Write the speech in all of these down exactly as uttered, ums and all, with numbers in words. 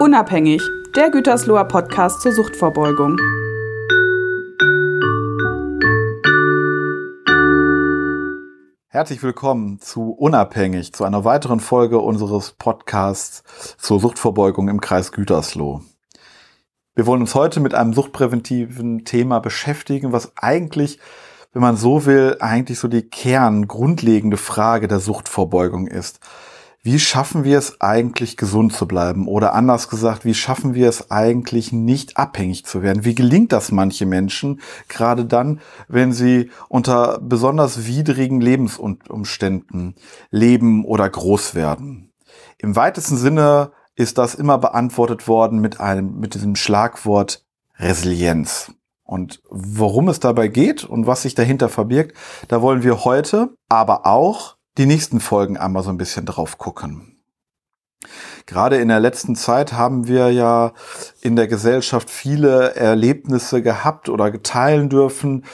Unabhängig, der Gütersloher Podcast zur Suchtvorbeugung. Herzlich willkommen zu Unabhängig, zu einer weiteren Folge unseres Podcasts zur Suchtvorbeugung im Kreis Gütersloh. Wir wollen uns heute mit einem suchtpräventiven Thema beschäftigen, was eigentlich, wenn man so will, eigentlich so die Kern, grundlegende Frage der Suchtvorbeugung ist. Wie schaffen wir es eigentlich, gesund zu bleiben? Oder anders gesagt, wie schaffen wir es eigentlich, nicht abhängig zu werden? Wie gelingt das manche Menschen, gerade dann, wenn sie unter besonders widrigen Lebensumständen leben oder groß werden? Im weitesten Sinne ist das immer beantwortet worden mit einem, mit diesem Schlagwort Resilienz. Und worum es dabei geht und was sich dahinter verbirgt, da wollen wir heute, aber auch die nächsten Folgen einmal so ein bisschen drauf gucken. Gerade in der letzten Zeit haben wir ja in der Gesellschaft viele Erlebnisse gehabt oder teilen dürfen,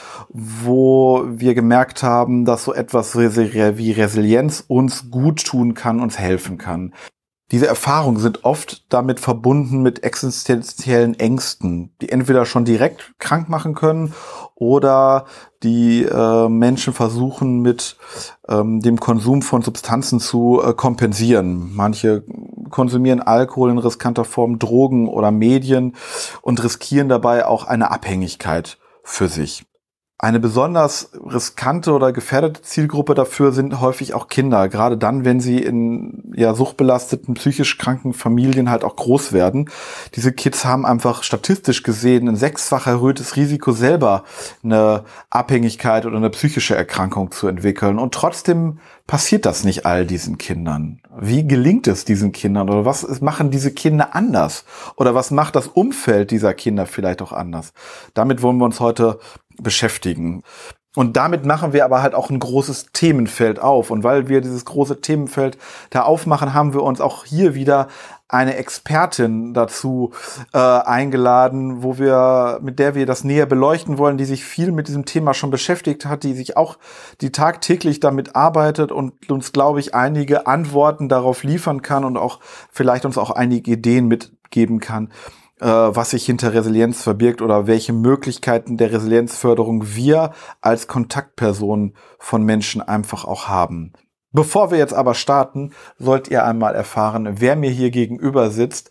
wo wir gemerkt haben, dass so etwas wie Resilienz uns gut tun kann, uns helfen kann. Diese Erfahrungen sind oft damit verbunden mit existenziellen Ängsten, die entweder schon direkt krank machen können oder die äh, Menschen versuchen mit ähm, dem Konsum von Substanzen zu äh, kompensieren. Manche konsumieren Alkohol in riskanter Form, Drogen oder Medien und riskieren dabei auch eine Abhängigkeit für sich. Eine besonders riskante oder gefährdete Zielgruppe dafür sind häufig auch Kinder, gerade dann, wenn sie in ja suchtbelasteten, psychisch kranken Familien halt auch groß werden. Diese Kids haben einfach statistisch gesehen ein sechsfach erhöhtes Risiko, selber eine Abhängigkeit oder eine psychische Erkrankung zu entwickeln. Und trotzdem passiert das nicht all diesen Kindern. Wie gelingt es diesen Kindern oder was machen diese Kinder anders? Oder was macht das Umfeld dieser Kinder vielleicht auch anders? Damit wollen wir uns heute beschäftigen. Und damit machen wir aber halt auch ein großes Themenfeld auf. Und weil wir dieses große Themenfeld da aufmachen, haben wir uns auch hier wieder eine Expertin dazu äh, eingeladen, wo wir, mit der wir das näher beleuchten wollen, die sich viel mit diesem Thema schon beschäftigt hat, die sich auch, die tagtäglich damit arbeitet und uns, glaube ich, einige Antworten darauf liefern kann und auch vielleicht uns auch einige Ideen mitgeben kann, was sich hinter Resilienz verbirgt oder welche Möglichkeiten der Resilienzförderung wir als Kontaktpersonen von Menschen einfach auch haben. Bevor wir jetzt aber starten, sollt ihr einmal erfahren, wer mir hier gegenüber sitzt,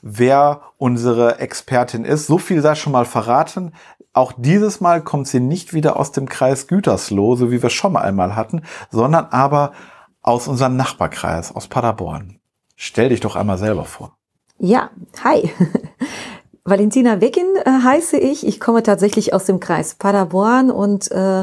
wer unsere Expertin ist. So viel sei schon mal verraten. Auch dieses Mal kommt sie nicht wieder aus dem Kreis Gütersloh, so wie wir schon mal einmal hatten, sondern aber aus unserem Nachbarkreis, aus Paderborn. Stell dich doch einmal selber vor. Ja, hi. Valentina Wecken äh, heiße ich. Ich komme tatsächlich aus dem Kreis Paderborn und äh, äh,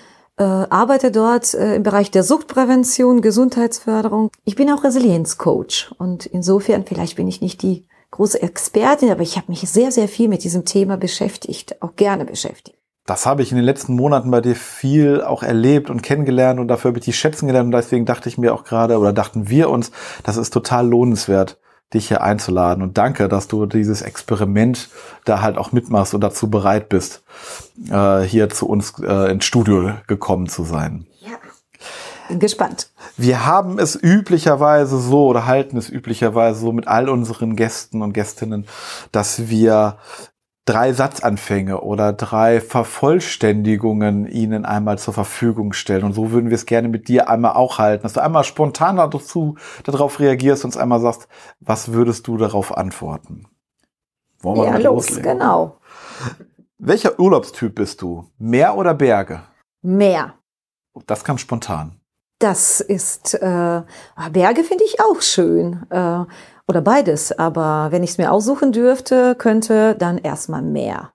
arbeite dort äh, im Bereich der Suchtprävention, Gesundheitsförderung. Ich bin auch Resilienzcoach und insofern, vielleicht bin ich nicht die große Expertin, aber ich habe mich sehr, sehr viel mit diesem Thema beschäftigt, auch gerne beschäftigt. Das habe ich in den letzten Monaten bei dir viel auch erlebt und kennengelernt und dafür habe ich dich schätzen gelernt und deswegen dachte ich mir auch gerade oder dachten wir uns, das ist total lohnenswert, dich hier einzuladen. Und danke, dass du dieses Experiment da halt auch mitmachst und dazu bereit bist, äh, hier zu uns äh, ins Studio gekommen zu sein. Ja, bin gespannt. Wir haben es üblicherweise so oder halten es üblicherweise so mit all unseren Gästen und Gästinnen, dass wir drei Satzanfänge oder drei Vervollständigungen ihnen einmal zur Verfügung stellen. Und so würden wir es gerne mit dir einmal auch halten, dass du einmal spontan dazu, darauf reagierst und uns einmal sagst, was würdest du darauf antworten? Wollen wir ja, mal los, loslegen? Genau. Welcher Urlaubstyp bist du? Meer oder Berge? Meer. Das kam spontan. Das ist, äh, Berge finde ich auch schön. Äh, Oder beides, aber wenn ich es mir aussuchen dürfte, könnte dann erstmal Meer.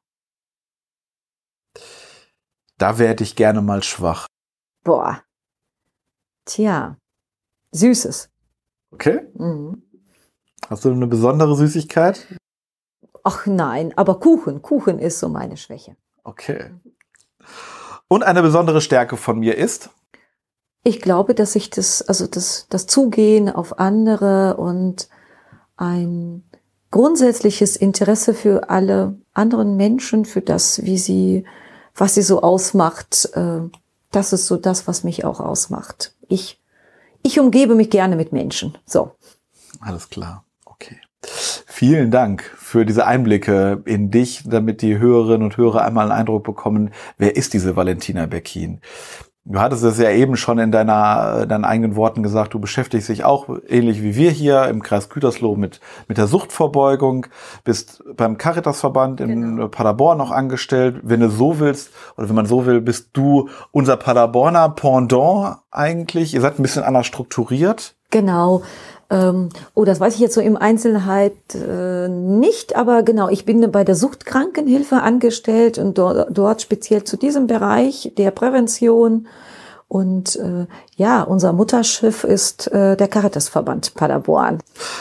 Da werde ich gerne mal schwach. Boah. Tja, Süßes. Okay. Mhm. Hast du eine besondere Süßigkeit? Ach nein, aber Kuchen. Kuchen ist so meine Schwäche. Okay. Und eine besondere Stärke von mir ist? Ich glaube, dass ich das, also das, das Zugehen auf andere und ein grundsätzliches Interesse für alle anderen Menschen, für das, wie sie, was sie so ausmacht, äh, das ist so das, was mich auch ausmacht. Ich, ich umgebe mich gerne mit Menschen. So. Alles klar. Okay. Vielen Dank für diese Einblicke in dich, damit die Hörerinnen und Hörer einmal einen Eindruck bekommen, wer ist diese Valentina Beckin? Du hattest es ja eben schon in deiner, deinen eigenen Worten gesagt, du beschäftigst dich auch ähnlich wie wir hier im Kreis Gütersloh mit, mit der Suchtvorbeugung, bist beim Caritasverband in genau. Paderborn noch angestellt. Wenn du so willst, oder wenn man so will, bist du unser Paderborner Pendant eigentlich. Ihr seid ein bisschen anders strukturiert. Genau. Ähm, oh, das weiß ich jetzt so im Einzelheit äh, nicht, aber genau, ich bin bei der Suchtkrankenhilfe angestellt und dort, dort speziell zu diesem Bereich der Prävention. Und äh, ja, unser Mutterschiff ist äh, der Caritasverband Paderborn.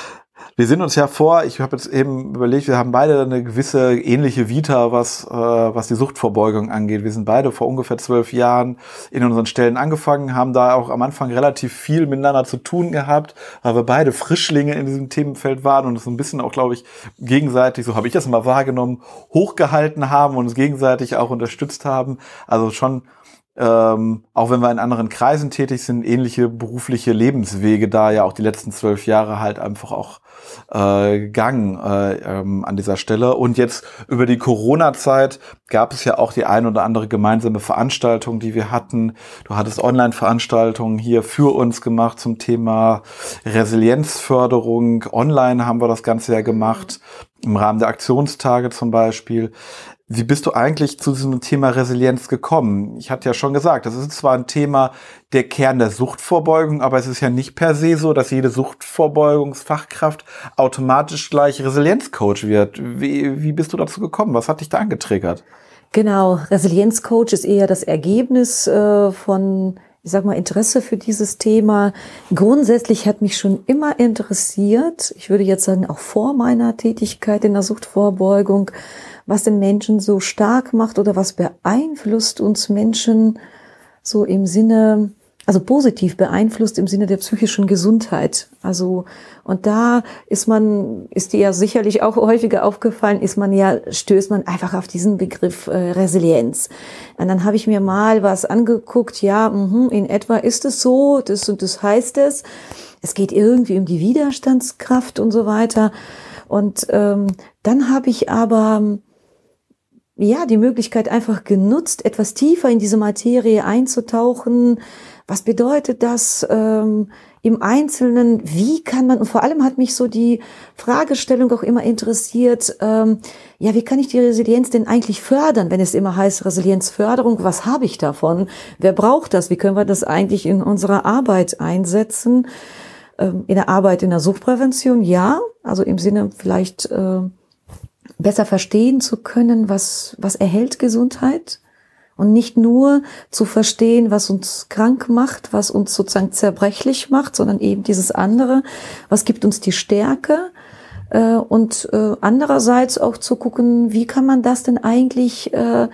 Wir sind uns ja vor, ich habe jetzt eben überlegt, wir haben beide eine gewisse ähnliche Vita, was äh, was die Suchtvorbeugung angeht. Wir sind beide vor ungefähr zwölf Jahren in unseren Stellen angefangen, haben da auch am Anfang relativ viel miteinander zu tun gehabt, weil wir beide Frischlinge in diesem Themenfeld waren und es so ein bisschen auch, glaube ich, gegenseitig, so habe ich das mal wahrgenommen, hochgehalten haben und uns gegenseitig auch unterstützt haben. Also schon Ähm, auch wenn wir in anderen Kreisen tätig sind, ähnliche berufliche Lebenswege da ja auch die letzten zwölf Jahre halt einfach auch äh, gegangen äh, ähm, an dieser Stelle. Und jetzt über die Corona-Zeit gab es ja auch die ein oder andere gemeinsame Veranstaltung, die wir hatten. Du hattest Online-Veranstaltungen hier für uns gemacht zum Thema Resilienzförderung. Online haben wir das Ganze ja gemacht, im Rahmen der Aktionstage zum Beispiel. Wie bist du eigentlich zu diesem Thema Resilienz gekommen? Ich hatte ja schon gesagt, das ist zwar ein Thema der Kern der Suchtvorbeugung, aber es ist ja nicht per se so, dass jede Suchtvorbeugungsfachkraft automatisch gleich Resilienzcoach wird. Wie, wie bist du dazu gekommen? Was hat dich da angetriggert? Genau, Resilienzcoach ist eher das Ergebnis äh, von, ich sag mal, Interesse für dieses Thema. Grundsätzlich hat mich schon immer interessiert, ich würde jetzt sagen auch vor meiner Tätigkeit in der Suchtvorbeugung, was den Menschen so stark macht oder was beeinflusst uns Menschen so im Sinne, also positiv beeinflusst im Sinne der psychischen Gesundheit. Also, und da ist man, ist dir ja sicherlich auch häufiger aufgefallen, ist man ja, stößt man einfach auf diesen Begriff äh, Resilienz. Und dann habe ich mir mal was angeguckt, ja, mh, in etwa ist es so, das und das heißt es. Es geht irgendwie um die Widerstandskraft und so weiter. Und ähm, dann habe ich aber ja die Möglichkeit einfach genutzt, etwas tiefer in diese Materie einzutauchen. Was bedeutet das ähm, im Einzelnen? Wie kann man, und vor allem hat mich so die Fragestellung auch immer interessiert, ähm, ja, wie kann ich die Resilienz denn eigentlich fördern, wenn es immer heißt Resilienzförderung? Was habe ich davon? Wer braucht das? Wie können wir das eigentlich in unserer Arbeit einsetzen? Ähm, in der Arbeit in der Suchtprävention, ja, also im Sinne vielleicht äh, besser verstehen zu können, was, was erhält Gesundheit und nicht nur zu verstehen, was uns krank macht, was uns sozusagen zerbrechlich macht, sondern eben dieses andere, was gibt uns die Stärke äh, und äh, andererseits auch zu gucken, wie kann man das denn eigentlich äh,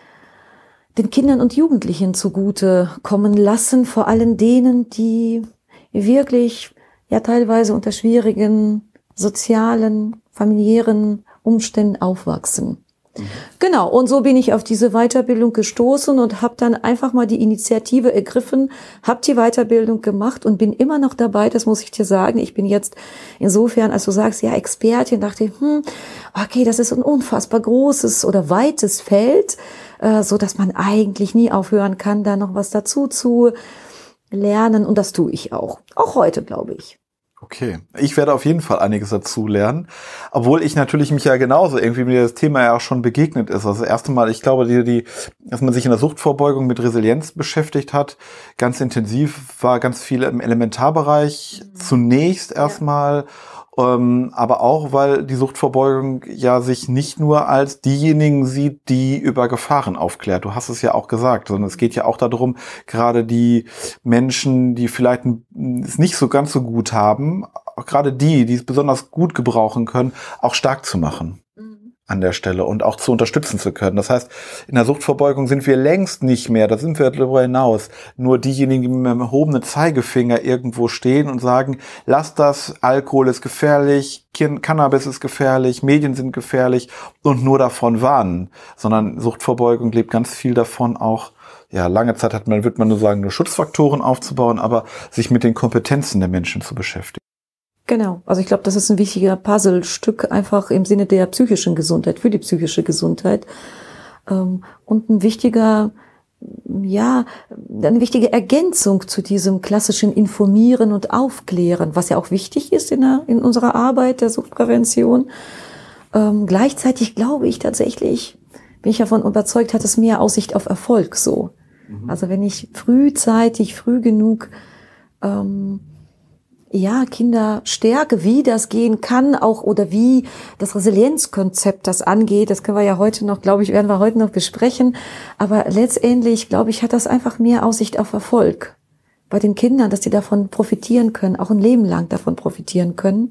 den Kindern und Jugendlichen zugute kommen lassen, vor allem denen, die wirklich ja teilweise unter schwierigen sozialen, familiären Umständen aufwachsen. Mhm. Genau, und so bin ich auf diese Weiterbildung gestoßen und habe dann einfach mal die Initiative ergriffen, habe die Weiterbildung gemacht und bin immer noch dabei, das muss ich dir sagen. Ich bin jetzt insofern, als du sagst, ja, Expertin, dachte ich, hm, okay, das ist ein unfassbar großes oder weites Feld, äh, so dass man eigentlich nie aufhören kann, da noch was dazu zu lernen und das tue ich auch. Auch heute, glaube ich. Okay, ich werde auf jeden Fall einiges dazu lernen, obwohl ich natürlich mich ja genauso irgendwie mir das Thema ja auch schon begegnet ist. Also das erste Mal, ich glaube, die, die, dass man sich in der Suchtvorbeugung mit Resilienz beschäftigt hat, ganz intensiv, war ganz viel im Elementarbereich mhm. zunächst erstmal. Ja. Ähm, aber auch, weil die Suchtvorbeugung ja sich nicht nur als diejenigen sieht, die über Gefahren aufklärt. Du hast es ja auch gesagt, sondern es geht ja auch darum, gerade die Menschen, die vielleicht es nicht so ganz so gut haben, auch gerade die, die es besonders gut gebrauchen können, auch stark zu machen. An der Stelle und auch zu unterstützen zu können. Das heißt, in der Suchtvorbeugung sind wir längst nicht mehr, da sind wir darüber hinaus, nur diejenigen, die mit dem erhobenen Zeigefinger irgendwo stehen und sagen, lass das, Alkohol ist gefährlich, Cannabis ist gefährlich, Medien sind gefährlich und nur davon warnen. Sondern Suchtvorbeugung lebt ganz viel davon auch, ja, lange Zeit hat man, wird man nur sagen, nur Schutzfaktoren aufzubauen, aber sich mit den Kompetenzen der Menschen zu beschäftigen. Genau. Also ich glaube, das ist ein wichtiger Puzzlestück einfach im Sinne der psychischen Gesundheit, für die psychische Gesundheit. Ähm, und ein wichtiger, ja, eine wichtige Ergänzung zu diesem klassischen Informieren und Aufklären, was ja auch wichtig ist in, der, in unserer Arbeit der Suchtprävention. Ähm, gleichzeitig glaube ich tatsächlich, bin ich davon überzeugt, hat es mehr Aussicht auf Erfolg so. Mhm. Also wenn ich frühzeitig, früh genug ähm, ja, Kinder stärke, wie das gehen kann, auch oder wie das Resilienzkonzept das angeht, das können wir ja heute noch, glaube ich, werden wir heute noch besprechen. Aber letztendlich, glaube ich, hat das einfach mehr Aussicht auf Erfolg bei den Kindern, dass die davon profitieren können, auch ein Leben lang davon profitieren können.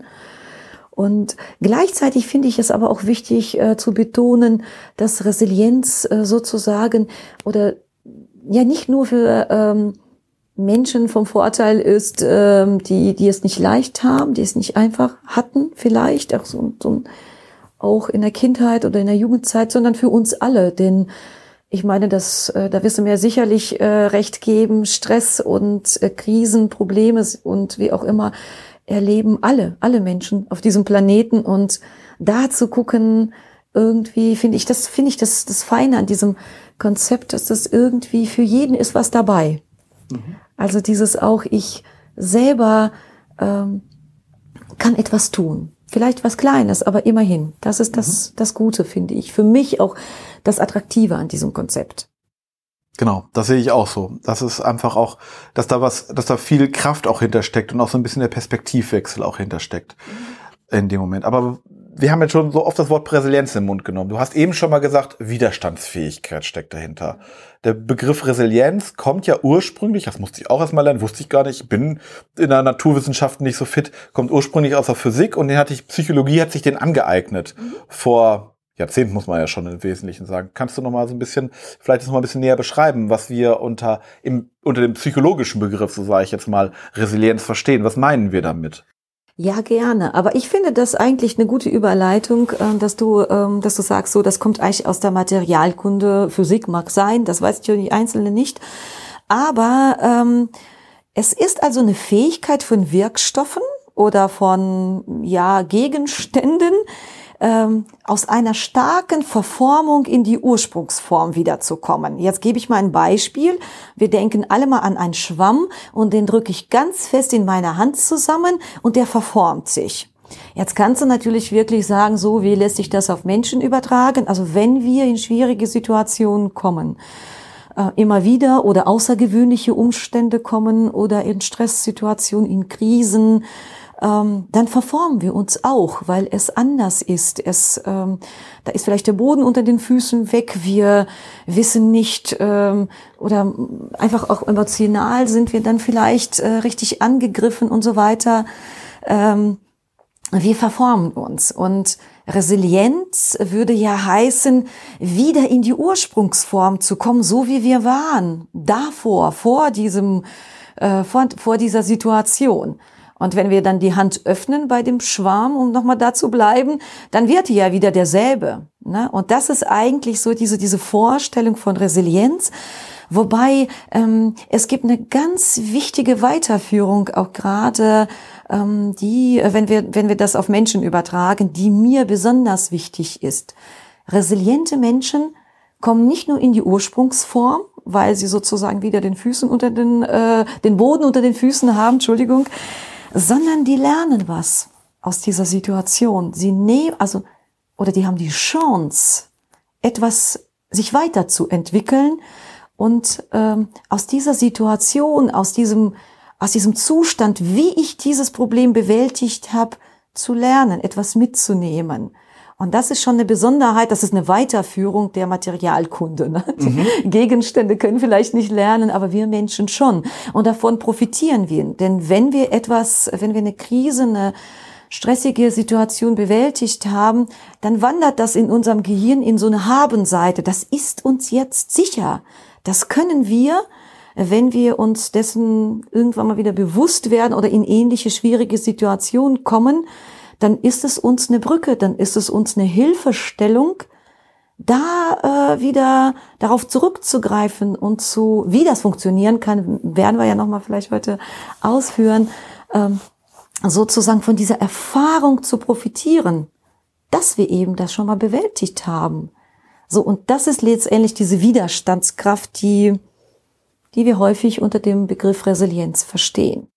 Und gleichzeitig finde ich es aber auch wichtig äh, zu betonen, dass Resilienz äh, sozusagen oder ja nicht nur für ähm, Menschen vom Vorteil ist, ähm, die die es nicht leicht haben, die es nicht einfach hatten vielleicht, auch, so, so, auch in der Kindheit oder in der Jugendzeit, sondern für uns alle. Denn ich meine, dass, äh, da wirst du mir sicherlich äh, recht geben, Stress und äh, Krisen, Probleme und wie auch immer erleben alle, alle Menschen auf diesem Planeten. Und da zu gucken, irgendwie finde ich, das finde ich das, das Feine an diesem Konzept, dass das irgendwie für jeden ist was dabei. Mhm. Also dieses auch, ich selber ähm, kann etwas tun. Vielleicht was Kleines, aber immerhin. Das ist das, mhm. das Gute, finde ich. Für mich auch das Attraktive an diesem Konzept. Genau, das sehe ich auch so. Das ist einfach auch, dass da was, dass da viel Kraft auch hintersteckt und auch so ein bisschen der Perspektivwechsel auch hintersteckt mhm. in dem Moment. Aber wir haben jetzt schon so oft das Wort Resilienz im Mund genommen. Du hast eben schon mal gesagt, Widerstandsfähigkeit steckt dahinter. Der Begriff Resilienz kommt ja ursprünglich, das musste ich auch erstmal lernen, wusste ich gar nicht, ich bin in der Naturwissenschaft nicht so fit, kommt ursprünglich aus der Physik und den hatte ich, Psychologie hat sich den angeeignet. Mhm. Vor Jahrzehnten muss man ja schon im Wesentlichen sagen. Kannst du noch mal so ein bisschen, vielleicht das noch mal ein bisschen näher beschreiben, was wir unter, im, unter dem psychologischen Begriff, so sage ich jetzt mal, Resilienz verstehen? Was meinen wir damit? Ja, gerne. Aber ich finde das eigentlich eine gute Überleitung, dass du, dass du sagst, so, das kommt eigentlich aus der Materialkunde. Physik mag sein, das weiß ich ja die Einzelne nicht. Aber ähm, es ist also eine Fähigkeit von Wirkstoffen oder von ja Gegenständen, ähm, aus einer starken Verformung in die Ursprungsform wiederzukommen. Jetzt gebe ich mal ein Beispiel. Wir denken alle mal an einen Schwamm und den drücke ich ganz fest in meiner Hand zusammen und der verformt sich. Jetzt kannst du natürlich wirklich sagen, so, wie lässt sich das auf Menschen übertragen? Also wenn wir in schwierige Situationen kommen, äh, immer wieder oder außergewöhnliche Umstände kommen oder in Stresssituationen, in Krisen, Ähm, dann verformen wir uns auch, weil es anders ist. Es, ähm, da ist vielleicht der Boden unter den Füßen weg. Wir wissen nicht ähm, oder einfach auch emotional sind wir dann vielleicht äh, richtig angegriffen und so weiter. Ähm, wir verformen uns. Und Resilienz würde ja heißen, wieder in die Ursprungsform zu kommen, so wie wir waren, davor, vor diesem, äh, vor, vor dieser Situation. Und wenn wir dann die Hand öffnen bei dem Schwarm, um nochmal da zu bleiben, dann wird die ja wieder derselbe. Ne? Und das ist eigentlich so diese diese Vorstellung von Resilienz. Wobei ähm, es gibt eine ganz wichtige Weiterführung, auch gerade ähm, die, wenn wir wenn wir das auf Menschen übertragen, die mir besonders wichtig ist. Resiliente Menschen kommen nicht nur in die Ursprungsform, weil sie sozusagen wieder den Füßen unter den äh, den Boden unter den Füßen haben, Entschuldigung, sondern die lernen was aus dieser Situation. Sie nehmen, also, oder die haben die Chance, etwas sich weiterzuentwickeln und ähm, aus dieser Situation, aus diesem, aus diesem Zustand, wie ich dieses Problem bewältigt habe, zu lernen, etwas mitzunehmen. Und das ist schon eine Besonderheit, das ist eine Weiterführung der Materialkunde. Ne? Die mhm. Gegenstände können vielleicht nicht lernen, aber wir Menschen schon. Und davon profitieren wir. Denn wenn wir etwas, wenn wir eine Krise, eine stressige Situation bewältigt haben, dann wandert das in unserem Gehirn in so eine Habenseite. Das ist uns jetzt sicher. Das können wir, wenn wir uns dessen irgendwann mal wieder bewusst werden oder in ähnliche schwierige Situationen kommen, dann ist es uns eine Brücke, dann ist es uns eine Hilfestellung, da äh, wieder darauf zurückzugreifen und zu, wie das funktionieren kann, werden wir ja nochmal vielleicht heute ausführen, ähm, sozusagen von dieser Erfahrung zu profitieren, dass wir eben das schon mal bewältigt haben. So, und das ist letztendlich diese Widerstandskraft, die, die wir häufig unter dem Begriff Resilienz verstehen.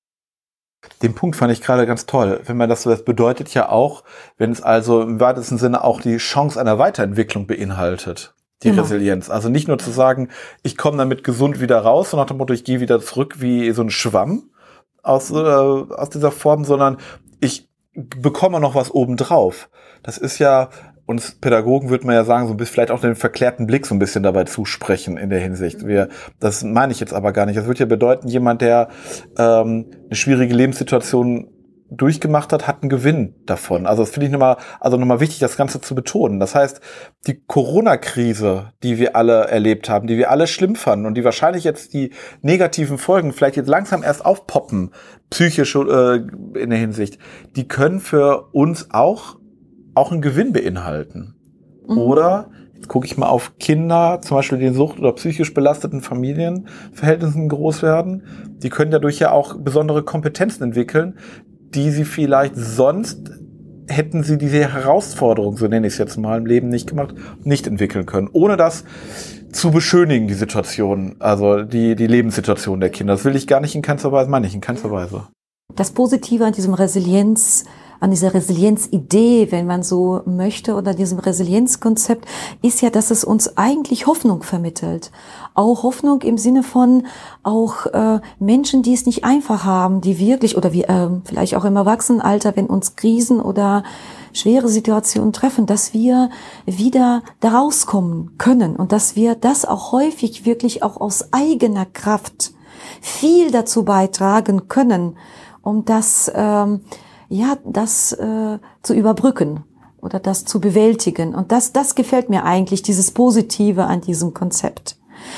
Den Punkt fand ich gerade ganz toll. Wenn man das so, das bedeutet ja auch, wenn es also im weitesten Sinne auch die Chance einer Weiterentwicklung beinhaltet, die genau. Resilienz. Also nicht nur zu sagen, ich komme damit gesund wieder raus, sondern nach dem Motto, ich gehe wieder zurück wie so ein Schwamm aus, äh, aus dieser Form, sondern ich bekomme noch was obendrauf. Das ist ja, uns Pädagogen würde man ja sagen, so ein bisschen vielleicht auch den verklärten Blick so ein bisschen dabei zusprechen in der Hinsicht. Wir, das meine ich jetzt aber gar nicht. Das würde ja bedeuten, jemand, der ähm, eine schwierige Lebenssituation durchgemacht hat, hat einen Gewinn davon. Also das finde ich nochmal, also nochmal wichtig, das Ganze zu betonen. Das heißt, die Corona-Krise, die wir alle erlebt haben, die wir alle schlimm fanden und die wahrscheinlich jetzt die negativen Folgen vielleicht jetzt langsam erst aufpoppen, psychisch äh, in der Hinsicht, die können für uns auch auch einen Gewinn beinhalten. Mhm. Oder, jetzt gucke ich mal auf Kinder, zum Beispiel die in Sucht- oder psychisch belasteten Familienverhältnissen groß werden, die können dadurch ja auch besondere Kompetenzen entwickeln, die sie vielleicht sonst, hätten sie diese Herausforderung, so nenne ich es jetzt mal, im Leben nicht gemacht, nicht entwickeln können. Ohne das zu beschönigen, die Situation, also die, die Lebenssituation der Kinder. Das will ich gar nicht in keinster Weise, meine ich in keinster Weise. Das Positive an diesem Resilienz an dieser Resilienzidee, wenn man so möchte, oder diesem Resilienzkonzept, ist ja, dass es uns eigentlich Hoffnung vermittelt. Auch Hoffnung im Sinne von auch äh, Menschen, die es nicht einfach haben, die wirklich, oder wie äh, vielleicht auch im Erwachsenenalter, wenn uns Krisen oder schwere Situationen treffen, dass wir wieder da rauskommen können und dass wir das auch häufig wirklich auch aus eigener Kraft viel dazu beitragen können, um das ähm, ja, das äh, zu überbrücken oder das zu bewältigen. Und das, das gefällt mir eigentlich, dieses Positive an diesem Konzept.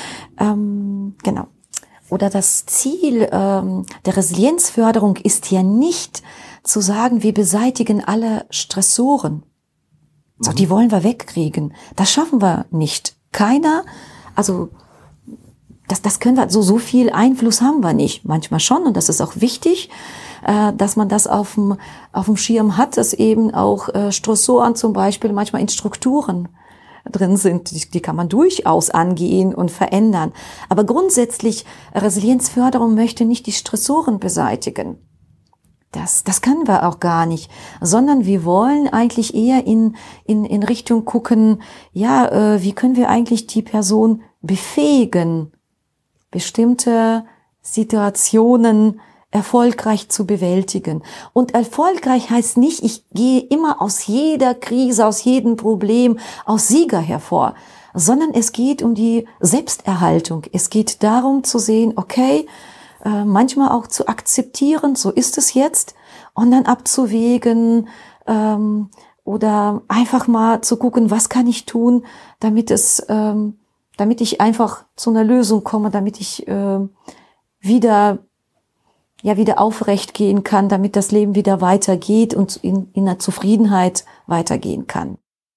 Ähm, genau. Oder das Ziel ähm, der Resilienzförderung ist ja nicht zu sagen, wir beseitigen alle Stressoren. So, die wollen wir wegkriegen. Das schaffen wir nicht. Keiner, also das, das können wir, so, so viel Einfluss haben wir nicht. Manchmal schon, und das ist auch wichtig, dass man das auf dem, auf dem Schirm hat, dass eben auch äh, Stressoren zum Beispiel manchmal in Strukturen drin sind. Die, die kann man durchaus angehen und verändern. Aber grundsätzlich, Resilienzförderung möchte nicht die Stressoren beseitigen. Das, das können wir auch gar nicht, sondern wir wollen eigentlich eher in, in, in Richtung gucken, ja, äh, wie können wir eigentlich die Person befähigen, bestimmte Situationen erfolgreich zu bewältigen. Und erfolgreich heißt nicht, ich gehe immer aus jeder Krise, aus jedem Problem, aus Sieger hervor, sondern es geht um die Selbsterhaltung. Es geht darum zu sehen, okay, äh, manchmal auch zu akzeptieren, so ist es jetzt, und dann abzuwägen ähm, oder einfach mal zu gucken, was kann ich tun, damit es, ähm, damit ich einfach zu einer Lösung komme, damit ich äh, wieder ja wieder aufrecht gehen kann, damit das Leben wieder weitergeht und in, in einer Zufriedenheit weitergehen kann.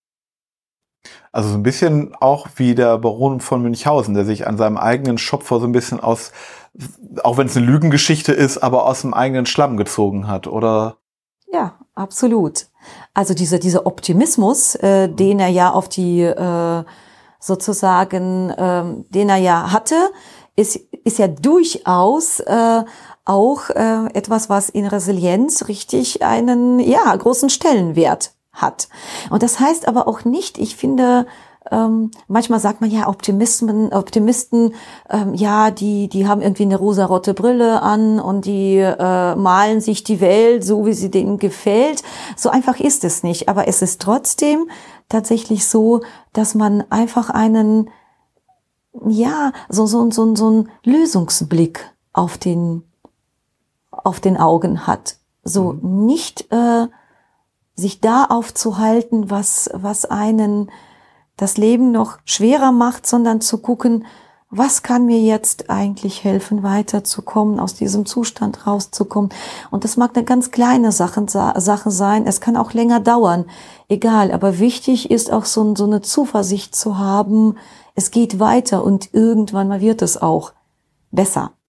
Also so ein bisschen auch wie der Baron von Münchhausen, der sich an seinem eigenen Schopfer so ein bisschen aus, auch wenn es eine Lügengeschichte ist, aber aus dem eigenen Schlamm gezogen hat, oder? Ja, absolut. Also dieser dieser Optimismus, äh, den er ja auf die äh, sozusagen, äh, den er ja hatte, ist ist ja durchaus äh, auch äh, etwas, was in Resilienz richtig einen ja großen Stellenwert hat. Und das heißt aber auch nicht, ich finde, ähm, manchmal sagt man ja, Optimisten, Optimisten, ähm, ja, die die haben irgendwie eine rosarote Brille an und die äh, malen sich die Welt so, wie sie denen gefällt. So einfach ist es nicht. Aber es ist trotzdem tatsächlich so, dass man einfach einen, ja, so so so so einen Lösungsblick auf den auf den Augen hat. So mhm. nicht äh, sich da aufzuhalten, was was einen das Leben noch schwerer macht, sondern zu gucken, was kann mir jetzt eigentlich helfen, weiterzukommen, aus diesem Zustand rauszukommen. Und das mag eine ganz kleine Sache, Sache sein, es kann auch länger dauern, egal. Aber wichtig ist auch so, so eine Zuversicht zu haben, es geht weiter und irgendwann mal wird es auch besser.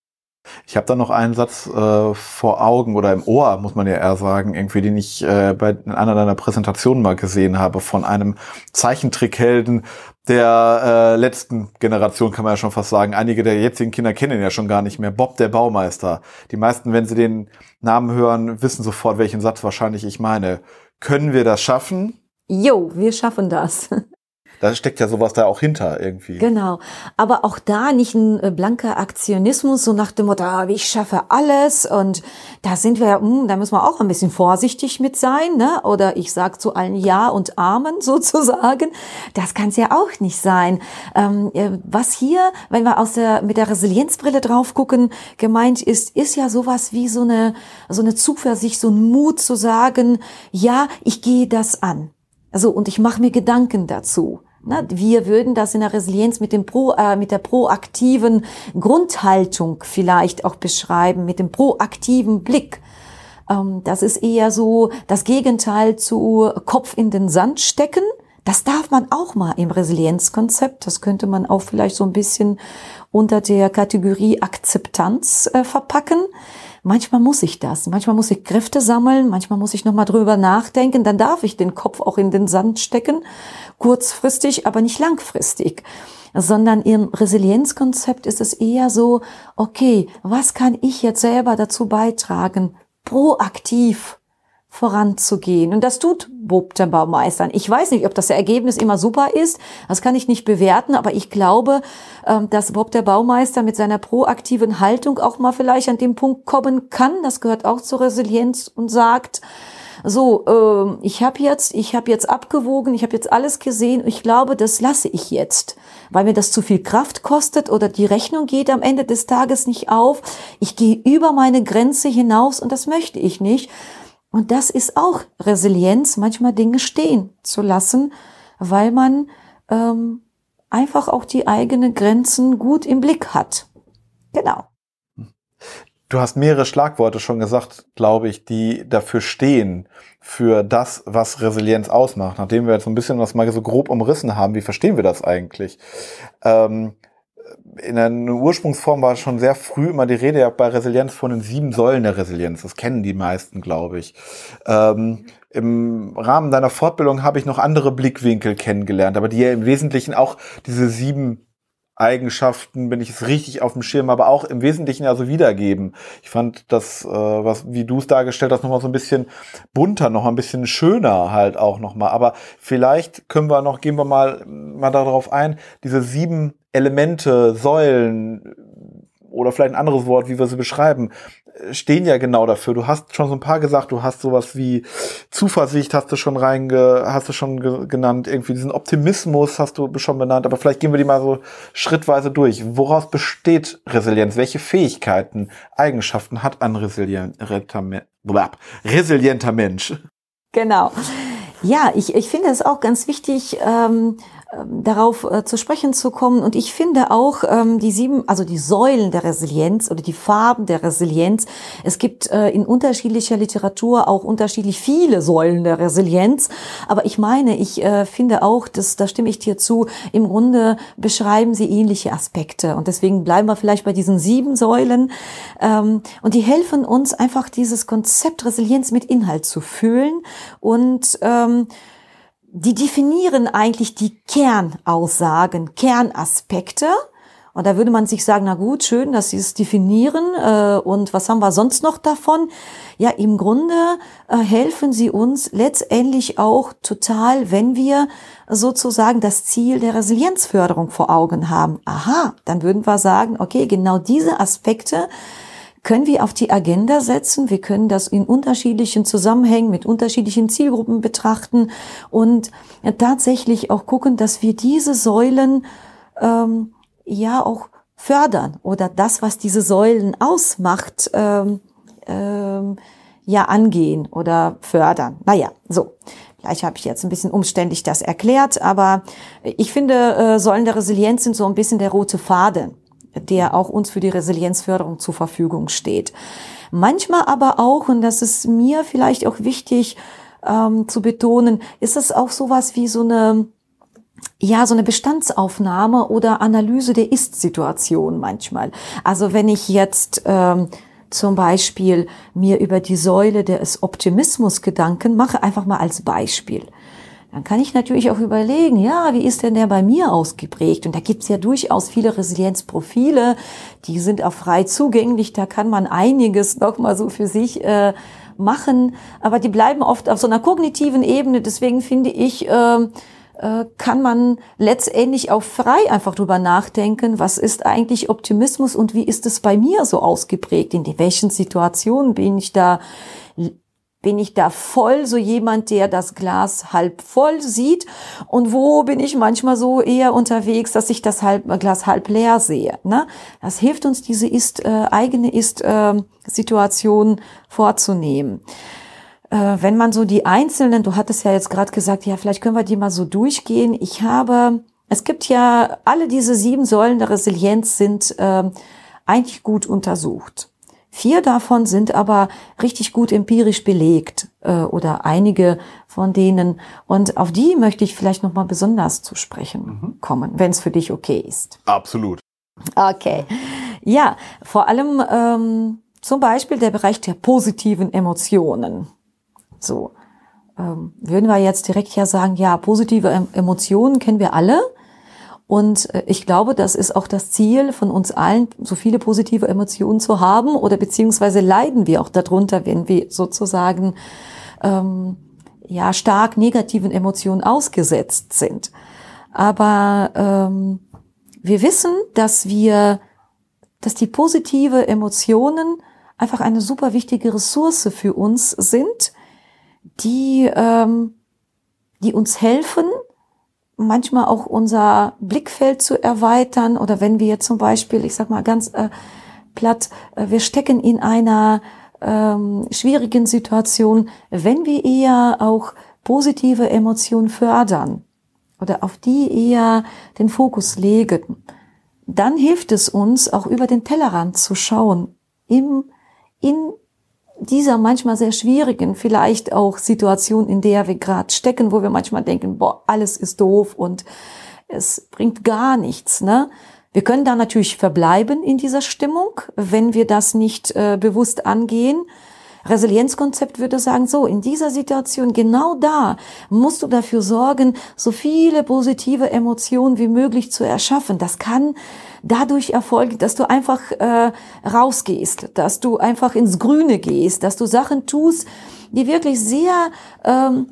Ich habe da noch einen Satz äh, vor Augen oder im Ohr, muss man ja eher sagen, irgendwie, den ich äh, bei einer deiner Präsentationen mal gesehen habe von einem Zeichentrickhelden der äh, letzten Generation, kann man ja schon fast sagen. Einige der jetzigen Kinder kennen ihn ja schon gar nicht mehr. Bob der Baumeister. Die meisten, wenn sie den Namen hören, wissen sofort, welchen Satz wahrscheinlich ich meine. Können wir das schaffen? Jo, wir schaffen das. Da steckt ja sowas da auch hinter irgendwie. Genau, aber auch da nicht ein äh, blanker Aktionismus, so nach dem Motto, ah, ich schaffe alles und da sind wir, mh, da müssen wir auch ein bisschen vorsichtig mit sein, ne? Oder ich sage zu allen Ja und Amen sozusagen. Das kann es ja auch nicht sein. Ähm, äh, was hier, wenn wir aus der mit der Resilienzbrille drauf gucken, gemeint ist, ist ja sowas wie so eine so eine Zuversicht, so ein Mut zu sagen, ja, ich gehe das an. Also und ich mache mir Gedanken dazu. Na, wir würden das in der Resilienz mit dem Pro, äh, mit der proaktiven Grundhaltung vielleicht auch beschreiben, mit dem proaktiven Blick. Ähm, das ist eher so das Gegenteil zu Kopf in den Sand stecken. Das darf man auch mal im Resilienzkonzept. Das könnte man auch vielleicht so ein bisschen unter der Kategorie Akzeptanz äh, verpacken. Manchmal muss ich das. Manchmal muss ich Kräfte sammeln. Manchmal muss ich nochmal drüber nachdenken. Dann darf ich den Kopf auch in den Sand stecken. Kurzfristig, aber nicht langfristig. Sondern im Resilienzkonzept ist es eher so, okay, was kann ich jetzt selber dazu beitragen, proaktiv voranzugehen? Und das tut Bob der Baumeister. Ich weiß nicht, ob das Ergebnis immer super ist. Das kann ich nicht bewerten, aber ich glaube, dass Bob der Baumeister mit seiner proaktiven Haltung auch mal vielleicht an den Punkt kommen kann. Das gehört auch zur Resilienz und sagt, so, äh, ich habe jetzt, ich habe jetzt abgewogen, ich habe jetzt alles gesehen. Ich glaube, das lasse ich jetzt, weil mir das zu viel Kraft kostet oder die Rechnung geht am Ende des Tages nicht auf. Ich gehe über meine Grenze hinaus und das möchte ich nicht. Und das ist auch Resilienz, manchmal Dinge stehen zu lassen, weil man ähm, einfach auch die eigenen Grenzen gut im Blick hat. Genau. Du hast mehrere Schlagworte schon gesagt, glaube ich, die dafür stehen, für das, was Resilienz ausmacht. Nachdem wir jetzt so ein bisschen was mal so grob umrissen haben, wie verstehen wir das eigentlich? Ähm, in der Ursprungsform war schon sehr früh immer die Rede ja bei Resilienz von den sieben Säulen der Resilienz. Das kennen die meisten, glaube ich. Ähm, im Rahmen deiner Fortbildung habe ich noch andere Blickwinkel kennengelernt, aber die ja im Wesentlichen auch diese sieben Eigenschaften, wenn ich es richtig auf dem Schirm habe, auch im Wesentlichen ja so wiedergeben. Ich fand das, äh, was wie du es dargestellt hast, nochmal so ein bisschen bunter, noch ein bisschen schöner halt auch nochmal. Aber vielleicht können wir noch, gehen wir mal, mal darauf ein, diese sieben Elemente, Säulen oder vielleicht ein anderes Wort, wie wir sie beschreiben, stehen ja genau dafür. Du hast schon so ein paar gesagt, du hast sowas wie Zuversicht, hast du schon reinge, hast du schon ge- genannt, irgendwie diesen Optimismus hast du schon benannt, aber vielleicht gehen wir die mal so schrittweise durch. Woraus besteht Resilienz? Welche Fähigkeiten, Eigenschaften hat ein resilienter, resilienter Mensch? Genau. Ja, ich, ich finde es auch ganz wichtig, ähm, darauf äh, zu sprechen zu kommen. Und ich finde auch ähm, die sieben, also die Säulen der Resilienz oder die Farben der Resilienz. Es gibt äh, in unterschiedlicher Literatur auch unterschiedlich viele Säulen der Resilienz. Aber ich meine, ich äh, finde auch, dass, da stimme ich dir zu, im Grunde beschreiben sie ähnliche Aspekte. Und deswegen bleiben wir vielleicht bei diesen sieben Säulen. Ähm, und die helfen uns einfach, dieses Konzept Resilienz mit Inhalt zu füllen und ähm, die definieren eigentlich die Kernaussagen, Kernaspekte. Und da würde man sich sagen, na gut, schön, dass sie es definieren. Äh, und was haben wir sonst noch davon? Ja, im Grunde äh, helfen sie uns letztendlich auch total, wenn wir sozusagen das Ziel der Resilienzförderung vor Augen haben. Aha, dann würden wir sagen, okay, genau diese Aspekte können wir auf die Agenda setzen. Wir können das in unterschiedlichen Zusammenhängen mit unterschiedlichen Zielgruppen betrachten und tatsächlich auch gucken, dass wir diese Säulen ähm, ja auch fördern oder das, was diese Säulen ausmacht, ähm, ähm, ja angehen oder fördern. Naja, so. Vielleicht habe ich jetzt ein bisschen umständlich das erklärt, aber ich finde, äh, Säulen der Resilienz sind so ein bisschen der rote Faden, der auch uns für die Resilienzförderung zur Verfügung steht. Manchmal aber auch, und das ist mir vielleicht auch wichtig ähm, zu betonen, ist es auch sowas wie so eine ja, so eine Bestandsaufnahme oder Analyse der Ist-Situation manchmal. Also wenn ich jetzt ähm, zum Beispiel mir über die Säule des Optimismus Gedanken mache, einfach mal als Beispiel, dann kann ich natürlich auch überlegen, ja, wie ist denn der bei mir ausgeprägt? Und da gibt's ja durchaus viele Resilienzprofile, die sind auch frei zugänglich, da kann man einiges noch mal so für sich äh, machen, aber die bleiben oft auf so einer kognitiven Ebene, deswegen finde ich, äh, kann man letztendlich auch frei einfach drüber nachdenken, was ist eigentlich Optimismus und wie ist es bei mir so ausgeprägt? In welchen Situationen bin ich da, bin ich da voll so jemand, der das Glas halb voll sieht? Und wo bin ich manchmal so eher unterwegs, dass ich das halb, Glas halb leer sehe? Ne? Das hilft uns, diese ist, äh, eigene Ist-Situation äh, vorzunehmen. Wenn man so die einzelnen, du hattest ja jetzt gerade gesagt, ja, vielleicht können wir die mal so durchgehen. Ich habe, es gibt ja, alle diese sieben Säulen der Resilienz sind äh, eigentlich gut untersucht. Vier davon sind aber richtig gut empirisch belegt äh, oder einige von denen. Und auf die möchte ich vielleicht nochmal besonders zu sprechen mhm. kommen, wenn es für dich okay ist. Absolut. Okay. Ja, vor allem ähm, zum Beispiel der Bereich der positiven Emotionen. So, ähm, würden wir jetzt direkt ja sagen, ja, positive em- Emotionen kennen wir alle. Und äh, ich glaube, das ist auch das Ziel von uns allen, so viele positive Emotionen zu haben oder beziehungsweise leiden wir auch darunter, wenn wir sozusagen ähm, ja stark negativen Emotionen ausgesetzt sind. Aber ähm, wir wissen, dass wir, dass die positive Emotionen einfach eine super wichtige Ressource für uns sind, die, ähm, die uns helfen, manchmal auch unser Blickfeld zu erweitern oder wenn wir zum Beispiel, ich sag mal ganz äh, platt, äh, wir stecken in einer ähm, schwierigen Situation, wenn wir eher auch positive Emotionen fördern oder auf die eher den Fokus legen, dann hilft es uns auch über den Tellerrand zu schauen, im, in dieser manchmal sehr schwierigen, vielleicht auch Situation, in der wir gerade stecken, wo wir manchmal denken, boah, alles ist doof und es bringt gar nichts, ne? Wir können da natürlich verbleiben in dieser Stimmung, wenn wir das nicht äh, bewusst angehen. Resilienzkonzept würde sagen, so, in dieser Situation, genau da, musst du dafür sorgen, so viele positive Emotionen wie möglich zu erschaffen. Das kann dadurch erfolgen, dass du einfach äh, rausgehst, dass du einfach ins Grüne gehst, dass du Sachen tust, die wirklich sehr ähm,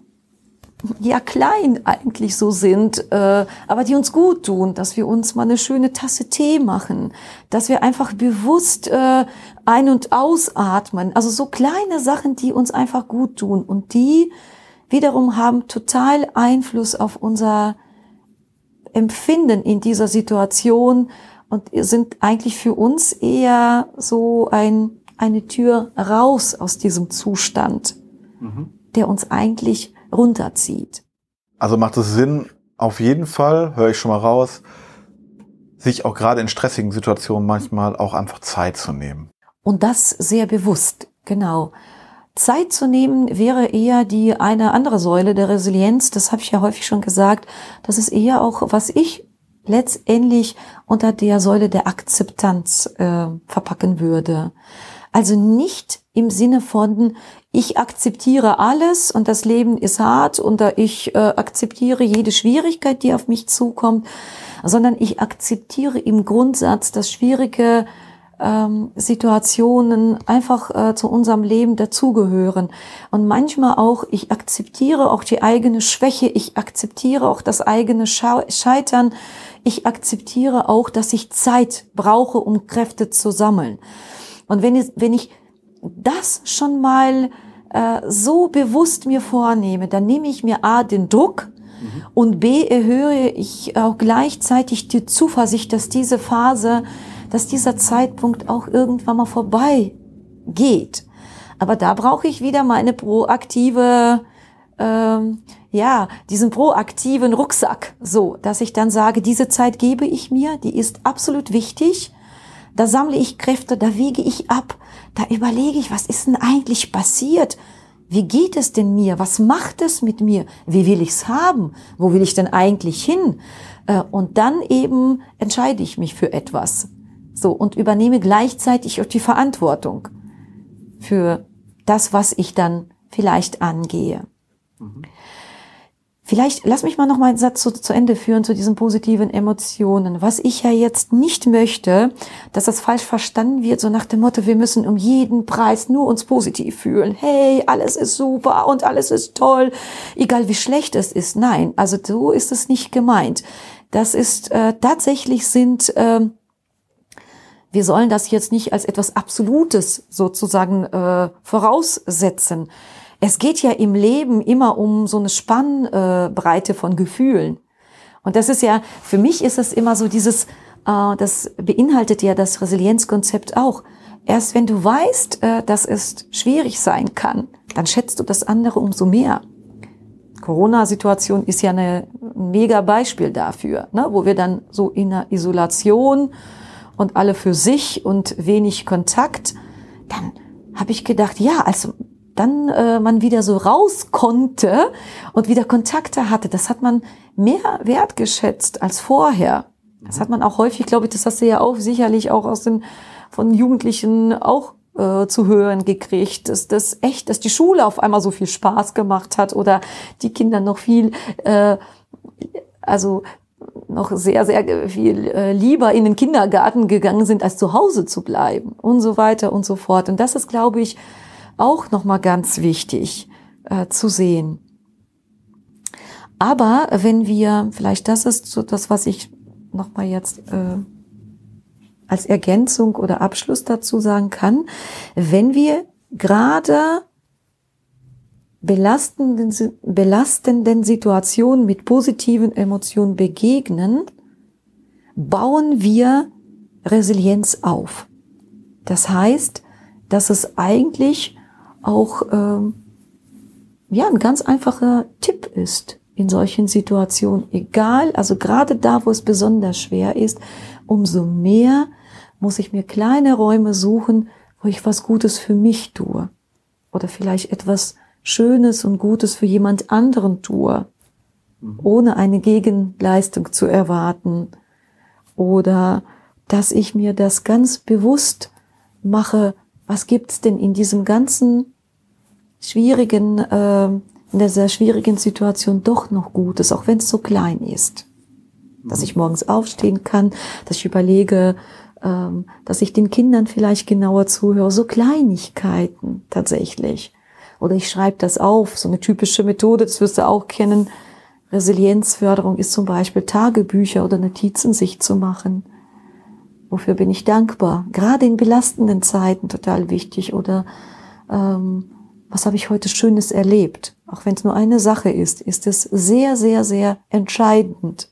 ja klein eigentlich so sind, äh, aber die uns gut tun, dass wir uns mal eine schöne Tasse Tee machen, dass wir einfach bewusst äh, ein- und ausatmen. Also so kleine Sachen, die uns einfach gut tun und die wiederum haben total Einfluss auf unser Empfinden in dieser Situation und sind eigentlich für uns eher so ein eine Tür raus aus diesem Zustand, mhm. der uns eigentlich runterzieht. Also macht es Sinn, auf jeden Fall, höre ich schon mal raus, sich auch gerade in stressigen Situationen manchmal auch einfach Zeit zu nehmen. Und das sehr bewusst, genau. Zeit zu nehmen wäre eher die eine andere Säule der Resilienz, das habe ich ja häufig schon gesagt, das ist eher auch, was ich letztendlich unter der Säule der Akzeptanz äh, verpacken würde. Also nicht im Sinne von, ich akzeptiere alles und das Leben ist hart und ich äh, akzeptiere jede Schwierigkeit, die auf mich zukommt, sondern ich akzeptiere im Grundsatz, dass schwierige ähm, Situationen einfach äh, zu unserem Leben dazugehören. Und manchmal auch, ich akzeptiere auch die eigene Schwäche, ich akzeptiere auch das eigene Scheitern, ich akzeptiere auch, dass ich Zeit brauche, um Kräfte zu sammeln. Und wenn ich, wenn ich das schon mal äh, so bewusst mir vornehme, dann nehme ich mir A, den Druck mhm. und B, erhöhe ich auch gleichzeitig die Zuversicht, dass diese Phase, dass dieser Zeitpunkt auch irgendwann mal vorbei geht. Aber da brauche ich wieder meine proaktive, ähm, ja, diesen proaktiven Rucksack, so, dass ich dann sage, diese Zeit gebe ich mir, die ist absolut wichtig. Da sammle ich Kräfte, da wege ich ab, da überlege ich, was ist denn eigentlich passiert? wie geht es denn mir? Was macht es mit mir? Wie will ich's haben? Wo will ich denn eigentlich hin? Und dann eben entscheide ich mich für etwas. So, und übernehme gleichzeitig auch die Verantwortung für das, was ich dann vielleicht angehe. Mhm. Vielleicht, lass mich mal noch mal einen Satz zu, zu Ende führen zu diesen positiven Emotionen. Was ich ja jetzt nicht möchte, dass das falsch verstanden wird, so nach dem Motto, wir müssen um jeden Preis nur uns positiv fühlen. Hey, alles ist super und alles ist toll, egal wie schlecht es ist. Nein, also so ist es nicht gemeint. Das ist äh, tatsächlich sind, äh, wir sollen das jetzt nicht als etwas Absolutes sozusagen äh, voraussetzen. Es geht ja im Leben immer um so eine Spannbreite von Gefühlen. Und das ist ja, für mich ist es immer so dieses, äh, das beinhaltet ja das Resilienzkonzept auch. Erst wenn du weißt, äh, dass es schwierig sein kann, dann schätzt du das andere umso mehr. Corona-Situation ist ja eine, ein mega Beispiel dafür, ne, wo wir dann so in der Isolation und alle für sich und wenig Kontakt, dann habe ich gedacht, ja, also dann äh, man wieder so raus konnte und wieder Kontakte hatte, das hat man mehr wertgeschätzt als vorher. Das hat man auch häufig, glaube ich, das hast du ja auch sicherlich auch aus den von Jugendlichen auch äh, zu hören gekriegt, dass das echt, dass die Schule auf einmal so viel Spaß gemacht hat oder die Kinder noch viel, äh, also noch sehr, sehr viel äh, lieber in den Kindergarten gegangen sind, als zu Hause zu bleiben und so weiter und so fort. Und das ist, glaube ich, auch nochmal ganz wichtig äh, zu sehen. Aber wenn wir, vielleicht das ist so das, was ich nochmal jetzt äh, als Ergänzung oder Abschluss dazu sagen kann, wenn wir gerade belastenden, belastenden Situationen mit positiven Emotionen begegnen, bauen wir Resilienz auf. Das heißt, dass es eigentlich auch ähm, ja ein ganz einfacher Tipp ist in solchen Situationen. Egal, also gerade da, wo es besonders schwer ist, umso mehr muss ich mir kleine Räume suchen, wo ich was Gutes für mich tue. Oder vielleicht etwas Schönes und Gutes für jemand anderen tue, mhm. ohne eine Gegenleistung zu erwarten. Oder dass ich mir das ganz bewusst mache, was gibt's denn in diesem ganzen schwierigen, äh, in dieser schwierigen Situation doch noch Gutes, auch wenn es so klein ist. Mhm. Dass ich morgens aufstehen kann, dass ich überlege, ähm, dass ich den Kindern vielleicht genauer zuhöre, so Kleinigkeiten tatsächlich. Oder ich schreibe das auf, so eine typische Methode, das wirst du auch kennen. Resilienzförderung ist zum Beispiel Tagebücher oder Notizen sich zu machen. Wofür bin ich dankbar? Gerade in belastenden Zeiten total wichtig. Oder ähm, was habe ich heute Schönes erlebt? Auch wenn es nur eine Sache ist, ist es sehr, sehr, sehr entscheidend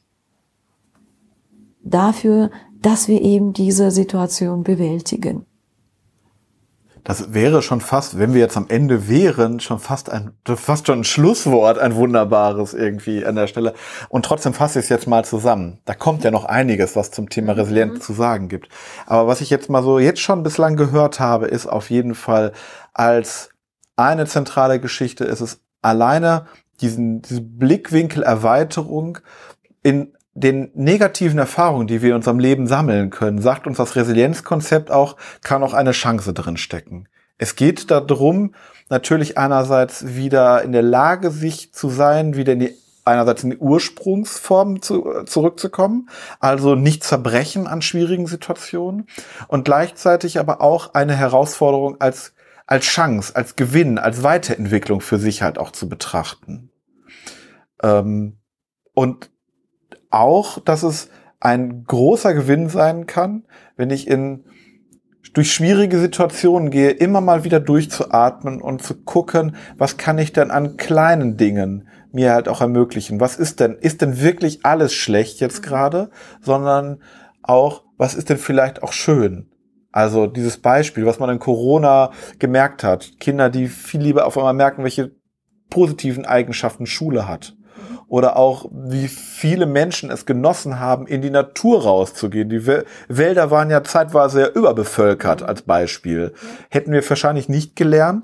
dafür, dass wir eben diese Situation bewältigen. Das wäre schon fast, wenn wir jetzt am Ende wären, schon fast ein, fast schon ein Schlusswort, ein wunderbares irgendwie an der Stelle. Und trotzdem fasse ich es jetzt mal zusammen. Da kommt ja noch einiges, was zum Thema Resilienz mhm. zu sagen gibt. Aber was ich jetzt mal so jetzt schon bislang gehört habe, ist auf jeden Fall als eine zentrale Geschichte, ist es alleine diesen, diese Blickwinkelerweiterung in den negativen Erfahrungen, die wir in unserem Leben sammeln können, sagt uns das Resilienzkonzept auch, kann auch eine Chance drin stecken. Es geht darum, natürlich einerseits wieder in der Lage, sich zu sein, wieder in die, einerseits in die Ursprungsform zu, zurückzukommen, also nicht zerbrechen an schwierigen Situationen und gleichzeitig aber auch eine Herausforderung als, als Chance, als Gewinn, als Weiterentwicklung für sich halt auch zu betrachten. Ähm, und auch, dass es ein großer Gewinn sein kann, wenn ich in durch schwierige Situationen gehe, immer mal wieder durchzuatmen und zu gucken, was kann ich denn an kleinen Dingen mir halt auch ermöglichen? Was ist denn, ist denn wirklich alles schlecht jetzt gerade? Sondern auch, was ist denn vielleicht auch schön? Also dieses Beispiel, was man in Corona gemerkt hat. Kinder, die viel lieber auf einmal merken, welche positiven Eigenschaften Schule hat. Oder auch, wie viele Menschen es genossen haben, in die Natur rauszugehen. Die Wälder waren ja zeitweise ja überbevölkert als Beispiel. Hätten wir wahrscheinlich nicht gelernt,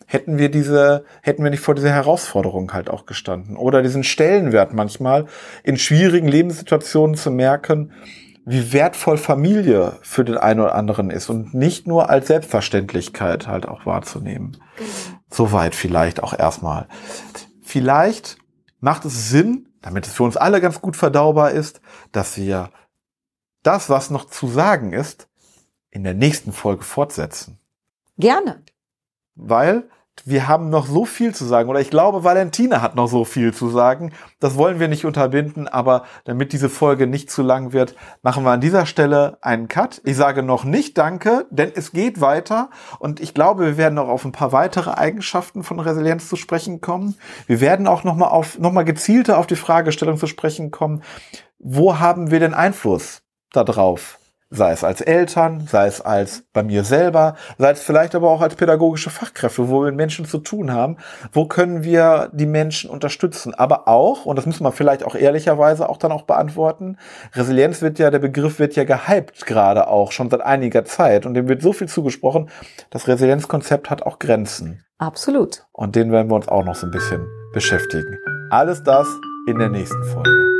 hätten wir diese, hätten wir nicht vor dieser Herausforderung halt auch gestanden. Oder diesen Stellenwert manchmal in schwierigen Lebenssituationen zu merken, wie wertvoll Familie für den einen oder anderen ist und nicht nur als Selbstverständlichkeit halt auch wahrzunehmen. Genau. Soweit vielleicht auch erstmal. Vielleicht macht es Sinn, damit es für uns alle ganz gut verdaubar ist, dass wir das, was noch zu sagen ist, in der nächsten Folge fortsetzen. Gerne. Weil wir haben noch so viel zu sagen, oder ich glaube, Valentina hat noch so viel zu sagen. Das wollen wir nicht unterbinden, aber damit diese Folge nicht zu lang wird, machen wir an dieser Stelle einen Cut. Ich sage noch nicht Danke, denn es geht weiter und ich glaube, wir werden noch auf ein paar weitere Eigenschaften von Resilienz zu sprechen kommen. Wir werden auch noch mal auf, noch mal gezielter auf die Fragestellung zu sprechen kommen. Wo haben wir denn Einfluss darauf? Sei es als Eltern, sei es als bei mir selber, sei es vielleicht aber auch als pädagogische Fachkräfte, wo wir mit Menschen zu tun haben. Wo können wir die Menschen unterstützen? Aber auch, und das müssen wir vielleicht auch ehrlicherweise auch dann auch beantworten, Resilienz wird ja, der Begriff wird ja gehypt gerade auch schon seit einiger Zeit und dem wird so viel zugesprochen. Das Resilienzkonzept hat auch Grenzen. Absolut. Und denen werden wir uns auch noch so ein bisschen beschäftigen. Alles das in der nächsten Folge.